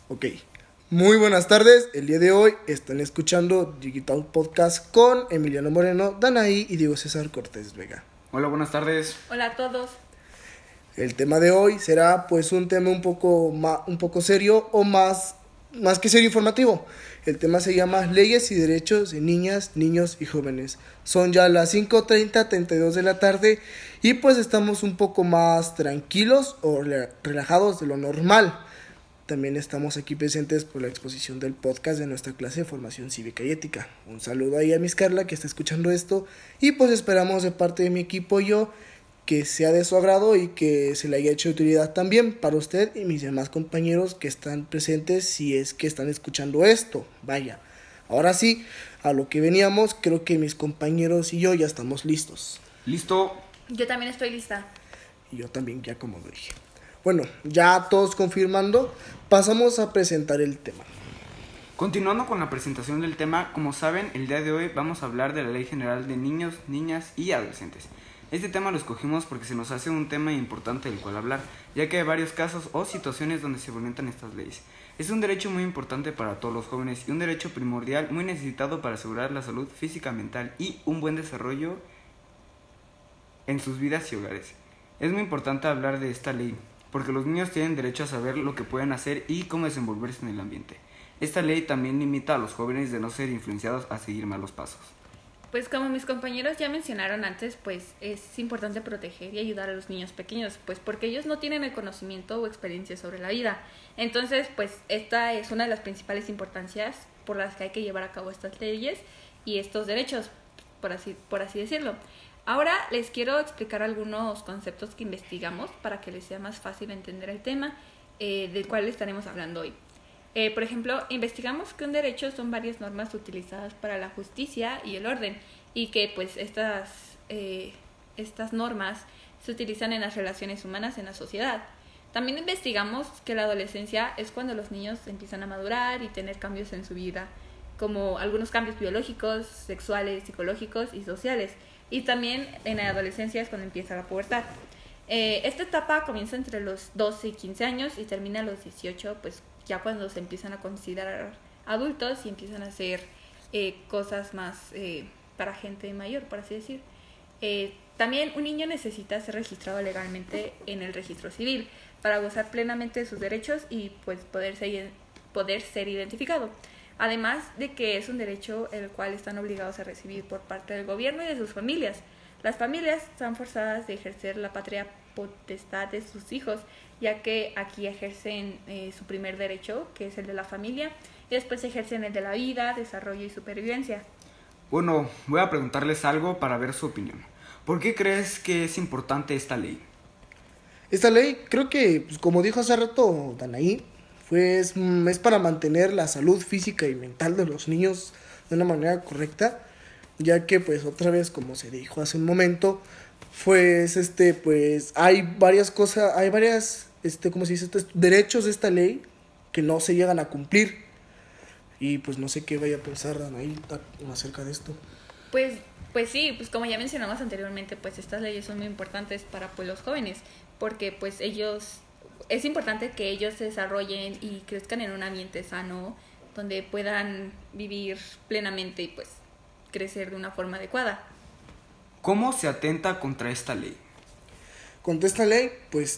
Ok, muy buenas tardes. El día de hoy están escuchando Digital Podcast con Emiliano Moreno, Danaí y Diego César Cortés Vega. Hola, buenas tardes. Hola a todos. El tema de hoy será pues un tema un poco serio o más que serio, informativo. El tema se llama Leyes y Derechos de Niñas, Niños y Jóvenes. Son ya las 5:32 de la tarde y pues estamos un poco más tranquilos o relajados de lo normal. También estamos aquí presentes por la exposición del podcast de nuestra clase de formación cívica y ética. Un saludo ahí a Miss Carla que está escuchando esto y pues esperamos de parte de mi equipo y yo que sea de su agrado y que se le haya hecho de utilidad también para usted y mis demás compañeros que están presentes si es que están escuchando esto. Vaya, ahora sí, a lo que veníamos, creo que mis compañeros y yo ya estamos listos. ¿Listo? Yo también estoy lista. Y yo también, ya como lo dije. Bueno, ya todos confirmando, pasamos a presentar el tema. Continuando con la presentación del tema, como saben, el día de hoy vamos a hablar de la Ley General de Niños, Niñas y Adolescentes. Este tema lo escogimos porque se nos hace un tema importante del cual hablar, ya que hay varios casos o situaciones donde se violentan estas leyes. Es un derecho muy importante para todos los jóvenes y un derecho primordial muy necesitado para asegurar la salud física, mental y un buen desarrollo en sus vidas y hogares. Es muy importante hablar de esta ley, porque los niños tienen derecho a saber lo que pueden hacer y cómo desenvolverse en el ambiente. Esta ley también limita a los jóvenes de no ser influenciados a seguir malos pasos. Pues como mis compañeros ya mencionaron antes, pues es importante proteger y ayudar a los niños pequeños, pues porque ellos no tienen el conocimiento o experiencia sobre la vida. Entonces, pues esta es una de las principales importancias por las que hay que llevar a cabo estas leyes y estos derechos, por así decirlo. Ahora les quiero explicar algunos conceptos que investigamos para que les sea más fácil entender el tema del cual estaremos hablando hoy. Por ejemplo, investigamos que un derecho son varias normas utilizadas para la justicia y el orden y que pues estas normas se utilizan en las relaciones humanas en la sociedad. También investigamos que la adolescencia es cuando los niños empiezan a madurar y tener cambios en su vida, como algunos cambios biológicos, sexuales, psicológicos y sociales. Y también en la adolescencia es cuando empieza la pubertad. Esta etapa comienza entre los 12 y 15 años y termina a los 18, pues ya cuando se empiezan a considerar adultos y empiezan a hacer cosas más para gente mayor, por así decir. También un niño necesita ser registrado legalmente en el registro civil para gozar plenamente de sus derechos y pues poder ser identificado. Además de que es un derecho el cual están obligados a recibir por parte del gobierno y de sus familias. Las familias están forzadas de ejercer la patria potestad de sus hijos, ya que aquí ejercen su primer derecho, que es el de la familia, y después ejercen el de la vida, desarrollo y supervivencia. Bueno, voy a preguntarles algo para ver su opinión. ¿Por qué crees que es importante esta ley? Esta ley, creo que, pues, como dijo hace rato Danaí, pues es para mantener la salud física y mental de los niños de una manera correcta, ya que pues otra vez, como se dijo hace un momento, pues pues hay varias cosas, ¿cómo se dice? Derechos de esta ley que no se llegan a cumplir. Y pues no sé qué vaya a pensar Danaí acerca de esto. Pues sí, pues como ya mencionamos anteriormente, pues estas leyes son muy importantes para pues los jóvenes, porque pues es importante que ellos se desarrollen y crezcan en un ambiente sano, donde puedan vivir plenamente y pues crecer de una forma adecuada. ¿Cómo se atenta contra esta ley? Contra esta ley, pues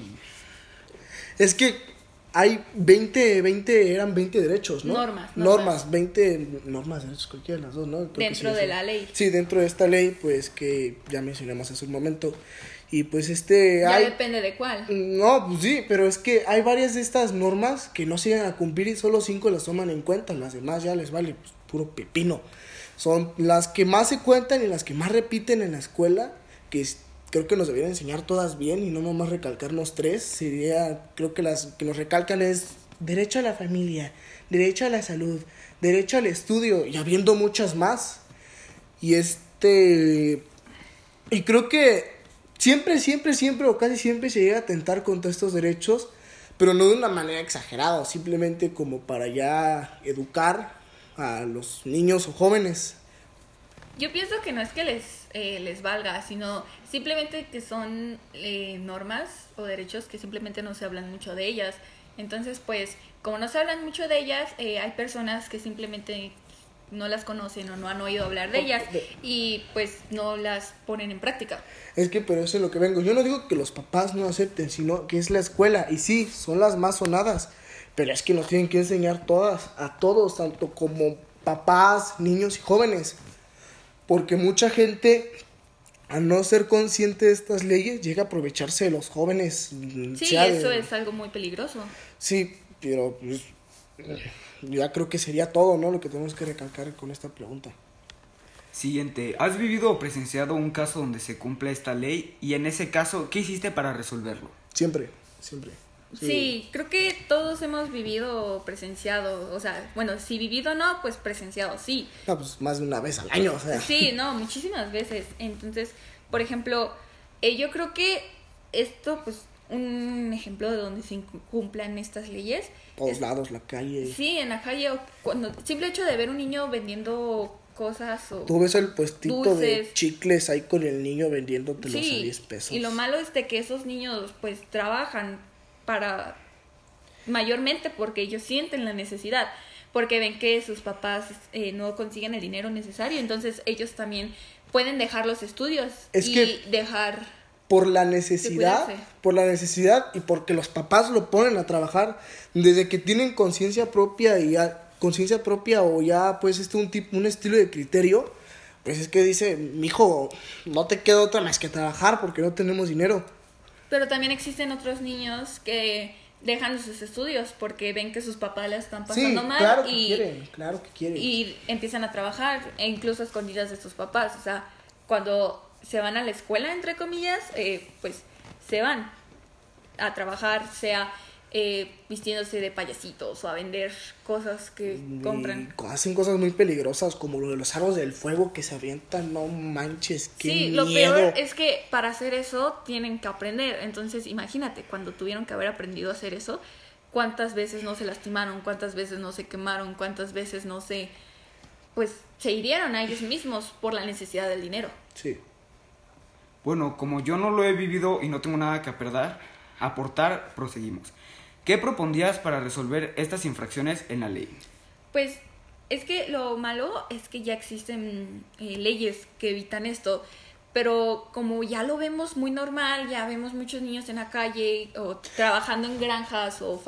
es que hay 20 eran 20 derechos, ¿no? Normas, 20 normas, cualquiera de las dos, ¿no? Creo dentro de la ley. Sí, dentro de esta ley, pues que ya mencionamos hace un momento. Y pues ya depende de cuál. No, pues sí, pero es que hay varias de estas normas que no se llegan a cumplir y solo 5 las toman en cuenta, las demás ya les vale pues, puro pepino. Son las que más se cuentan y las que más repiten en la escuela, que creo que nos deberían enseñar todas bien y no nomás recalcarnos 3. Creo que las que nos recalcan es derecho a la familia, derecho a la salud, derecho al estudio y habiendo muchas más. Y y creo que siempre o casi siempre se llega a atentar contra estos derechos, pero no de una manera exagerada, simplemente como para ya educar a los niños o jóvenes. Yo pienso que no es que les valga, sino simplemente que son normas o derechos que simplemente no se hablan mucho de ellas. Entonces, pues, como no se hablan mucho de ellas, hay personas que simplemente no las conocen o no han oído hablar de ellas y pues no las ponen en práctica. Es que, pero eso es lo que vengo. Yo no digo que los papás no acepten, sino que es la escuela. Y sí, son las más sonadas. Pero es que nos tienen que enseñar todas, a todos, tanto como papás, niños y jóvenes. Porque mucha gente, al no ser consciente de estas leyes, llega a aprovecharse de los jóvenes. Sí, eso es algo muy peligroso. Sí, pero pues, ya creo que sería todo, ¿no? Lo que tenemos que recalcar con esta pregunta. Siguiente, ¿has vivido o presenciado un caso donde se cumple esta ley? Y en ese caso, ¿qué hiciste para resolverlo? Siempre. Sí, creo que todos hemos vivido o presenciado, o sea, bueno, si vivido no, pues presenciado, sí. No, pues más de una vez al año, o sea. Sí, no, muchísimas veces. Entonces, por ejemplo, yo creo que esto, pues, un ejemplo de donde se cumplan estas leyes. Todos lados, la calle. Sí, en la calle, o cuando simple hecho de ver un niño vendiendo cosas o tú ves el puestito dulces de chicles ahí con el niño vendiéndotelos sí, a 10 pesos. Y lo malo es de que esos niños pues trabajan para mayormente porque ellos sienten la necesidad, porque ven que sus papás no consiguen el dinero necesario, entonces ellos también pueden dejar los estudios dejar por la necesidad y porque los papás lo ponen a trabajar desde que tienen conciencia propia o ya pues un estilo de criterio, pues es que dice, mijo, no te queda otra más que trabajar porque no tenemos dinero. Pero también existen otros niños que dejan sus estudios porque ven que sus papás la están pasando mal claro que quieren. Y empiezan a trabajar e incluso a escondidas de sus papás, o sea, cuando se van a la escuela, entre comillas, pues se van a trabajar, sea vistiéndose de payasitos o a vender cosas que compran. Hacen cosas muy peligrosas como lo de los aros del fuego que se avientan, no manches, qué miedo. Lo peor es que para hacer eso tienen que aprender, entonces imagínate, cuando tuvieron que haber aprendido a hacer eso, cuántas veces no se lastimaron, cuántas veces no se quemaron, cuántas veces no se, pues, se hirieron a ellos mismos por la necesidad del dinero. Sí. Bueno, como yo no lo he vivido y no tengo nada que aportar, proseguimos. ¿Qué propondrías para resolver estas infracciones en la ley? Pues es que lo malo es que ya existen leyes que evitan esto, pero como ya lo vemos muy normal, ya vemos muchos niños en la calle o trabajando en granjas o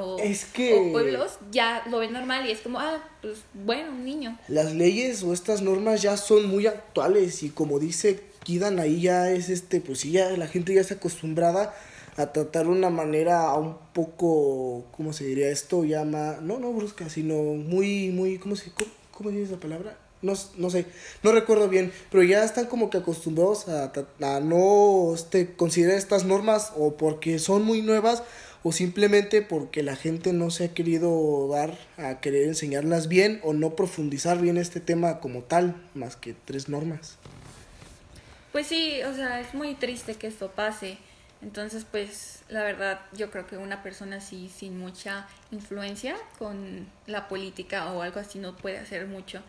pueblos, ya lo ven normal y es como, pues bueno, un niño. Las leyes o estas normas ya son muy actuales y como dice Kidan, ahí ya es pues sí, ya la gente ya está acostumbrada a tratar de una manera un poco, ¿cómo se diría esto? No brusca, sino muy, ¿cómo dice esa palabra? No sé, no recuerdo bien, pero ya están como que acostumbrados a no considerar estas normas o porque son muy nuevas o simplemente porque la gente no se ha querido dar a querer enseñarlas bien o no profundizar bien este tema como tal, más que 3 normas. Pues sí, o sea, es muy triste que esto pase. Entonces, pues, la verdad, yo creo que una persona así, sin mucha influencia con la política o algo así, no puede hacer mucho.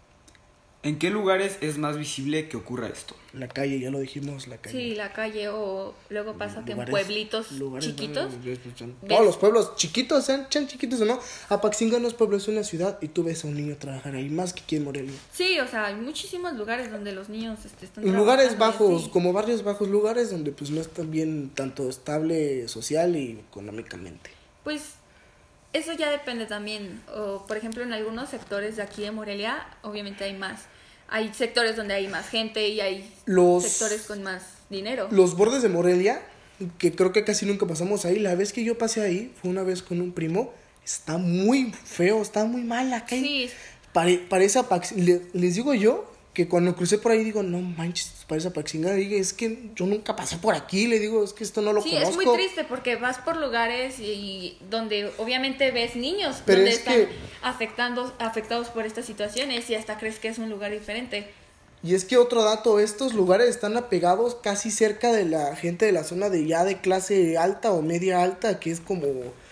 ¿En qué lugares es más visible que ocurra esto? La calle, ya lo dijimos, la calle. Sí, la calle, o luego pasa que en pueblitos chiquitos. Todos los pueblos chiquitos, sean chiquitos o no. Apaxingán no es pueblo, es una ciudad y tú ves a un niño trabajar ahí, más que aquí en Morelia. Sí, o sea, hay muchísimos lugares donde los niños están trabajando. Lugares bajos, sí. Como barrios bajos, lugares donde pues no están bien tanto estable social y económicamente. Pues eso ya depende también, o por ejemplo en algunos sectores de aquí de Morelia, obviamente hay sectores donde hay más gente y hay sectores con más dinero. Los bordes de Morelia, que creo que casi nunca pasamos ahí, la vez que yo pasé ahí, fue una vez con un primo, está muy feo, está muy mal la calle. Sí. Parece les digo yo, que cuando crucé por ahí digo, no manches, parece Apaxingán, digo, es que yo nunca pasé por aquí, le digo, es que esto no lo conozco. Sí, es muy triste porque vas por lugares y donde obviamente ves niños, pero donde están afectados por estas situaciones y hasta crees que es un lugar diferente. Y es que otro dato, estos lugares están apegados casi cerca de la gente de la zona de clase alta o media alta, que es como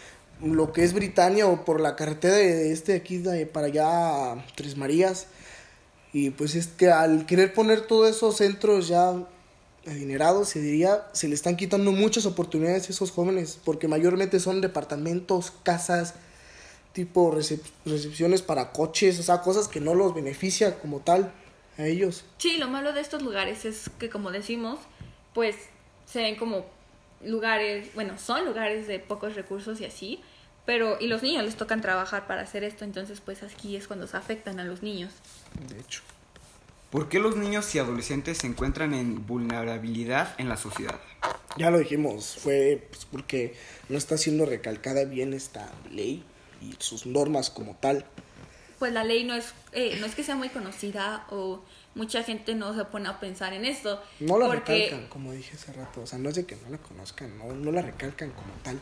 lo que es Britania o por la carretera de aquí para allá Tres Marías. Y pues es que al querer poner todos esos centros ya adinerados, se diría, se le están quitando muchas oportunidades a esos jóvenes, porque mayormente son departamentos, casas, tipo recepciones para coches, o sea, cosas que no los beneficia como tal a ellos. Sí, lo malo de estos lugares es que, como decimos, pues se ven como lugares, bueno, son lugares de pocos recursos y así, pero y los niños les tocan trabajar para hacer esto, entonces pues aquí es cuando se afectan a los niños. De hecho. ¿Por qué los niños y adolescentes se encuentran en vulnerabilidad en la sociedad? Ya lo dijimos, fue pues, porque no está siendo recalcada bien esta ley y sus normas como tal. Pues la ley no es que sea muy conocida o mucha gente no se pone a pensar en esto. No la porque... recalcan, como dije hace rato, o sea, no es de que no la conozcan, no la recalcan como tal.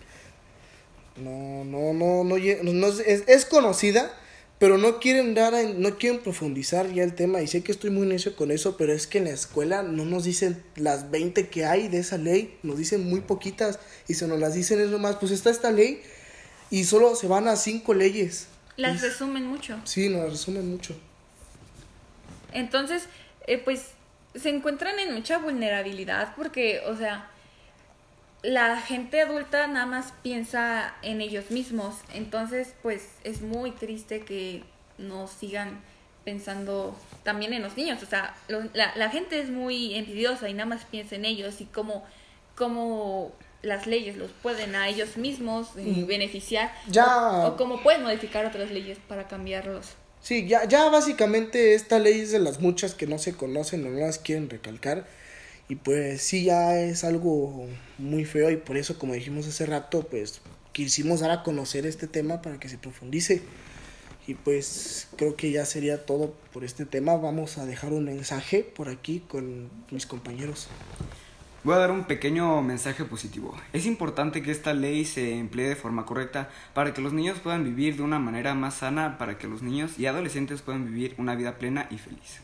No es conocida, pero no quieren no quieren profundizar ya el tema, y sé que estoy muy necio con eso, pero es que en la escuela no nos dicen las 20 que hay de esa ley, nos dicen muy poquitas, y se nos las dicen es nomás, pues está esta ley, y solo se van a 5 leyes. Las resumen mucho. Sí, nos las resumen mucho. Entonces, pues se encuentran en mucha vulnerabilidad porque, o sea, la gente adulta nada más piensa en ellos mismos. Entonces, pues es muy triste que no sigan pensando también en los niños. O sea, la gente es muy envidiosa y nada más piensa en ellos y cómo las leyes los pueden a ellos mismos beneficiar o cómo pueden modificar otras leyes para cambiarlos. Sí, ya básicamente esta ley es de las muchas que no se conocen o no las quieren recalcar. Y pues sí, ya es algo muy feo, y por eso, como dijimos hace rato, pues quisimos dar a conocer este tema para que se profundice. Y pues creo que ya sería todo por este tema. Vamos a dejar un mensaje por aquí con mis compañeros. Voy a dar un pequeño mensaje positivo. Es importante que esta ley se emplee de forma correcta para que los niños puedan vivir de una manera más sana, para que los niños y adolescentes puedan vivir una vida plena y feliz.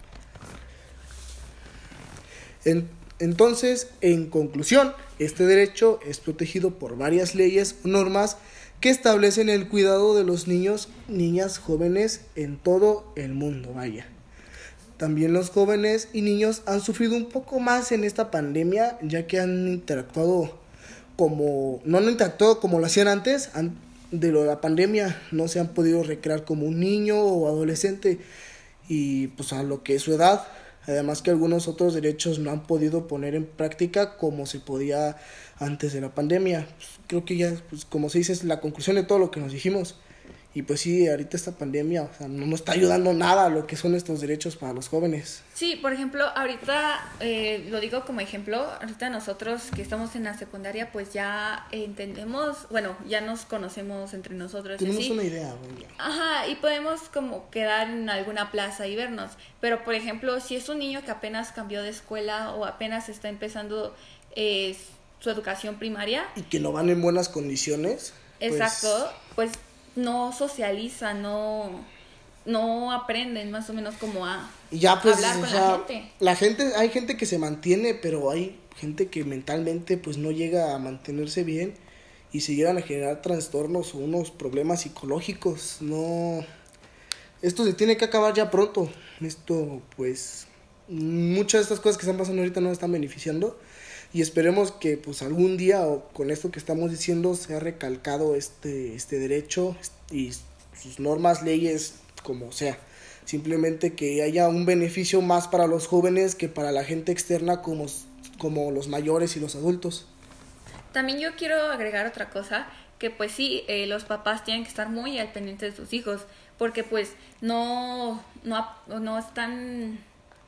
Entonces, en conclusión, este derecho es protegido por varias leyes o normas que establecen el cuidado de los niños, niñas, jóvenes en todo el mundo, vaya. También los jóvenes y niños han sufrido un poco más en esta pandemia, ya que han interactuado no han interactuado como lo hacían antes de lo de la pandemia, no se han podido recrear como un niño o adolescente y pues a lo que es su edad. Además que algunos otros derechos no han podido poner en práctica como se podía antes de la pandemia. Pues creo que ya, pues, como se dice, es la conclusión de todo lo que nos dijimos. Y pues sí, ahorita esta pandemia, o sea, no nos está ayudando nada a lo que son estos derechos para los jóvenes. Sí, por ejemplo, ahorita, lo digo como ejemplo, ahorita nosotros que estamos en la secundaria, pues ya entendemos, bueno, ya nos conocemos entre nosotros. Tenemos ¿sí? Una idea, güey. Ajá, y podemos como quedar en alguna plaza y vernos. Pero, por ejemplo, si es un niño que apenas cambió de escuela o apenas está empezando su educación primaria. Y que no van en buenas condiciones. Exacto, pues no socializan, no aprenden más o menos como a y ya, pues, hablar con la gente. Hay gente que se mantiene, pero hay gente que mentalmente pues no llega a mantenerse bien y se llegan a generar trastornos o unos problemas psicológicos. No, esto se tiene que acabar ya pronto. Esto, pues, muchas de estas cosas que están pasando ahorita no están beneficiando. Y esperemos que pues algún día o con esto que estamos diciendo sea recalcado este derecho y sus normas, leyes, como sea. Simplemente que haya un beneficio más para los jóvenes que para la gente externa como los mayores y los adultos. También yo quiero agregar otra cosa, que pues sí, los papás tienen que estar muy al pendiente de sus hijos, porque pues no están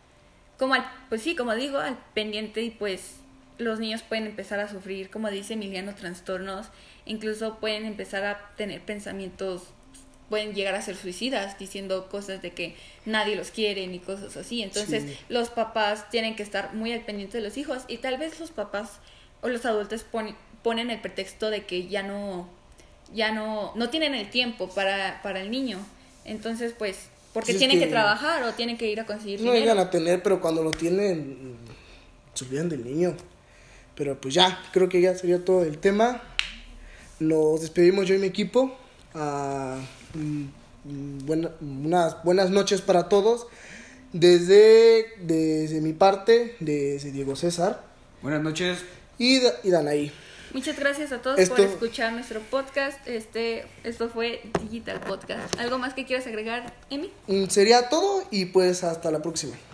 pues sí, como digo, al pendiente, y pues los niños pueden empezar a sufrir, como dice Emiliano, trastornos, incluso pueden empezar a tener pensamientos, pueden llegar a ser suicidas, diciendo cosas de que nadie los quiere ni cosas así. Entonces, sí, los papás tienen que estar muy al pendiente de los hijos, y tal vez los papás o los adultos ponen el pretexto de que ya no tienen el tiempo para el niño. Entonces, pues, porque tienen que trabajar o tienen que ir a conseguir dinero. No llegan a tener, pero cuando lo tienen, se olvidan del niño. Pero pues ya, creo que ya sería todo el tema. Nos despedimos yo y mi equipo. Unas buenas noches para todos. Desde mi parte, desde Diego César Buenas noches. y Danaí. Muchas gracias a todos por escuchar nuestro podcast. Esto fue Digital Podcast. ¿Algo más que quieras agregar, Emi? Sería todo y pues hasta la próxima.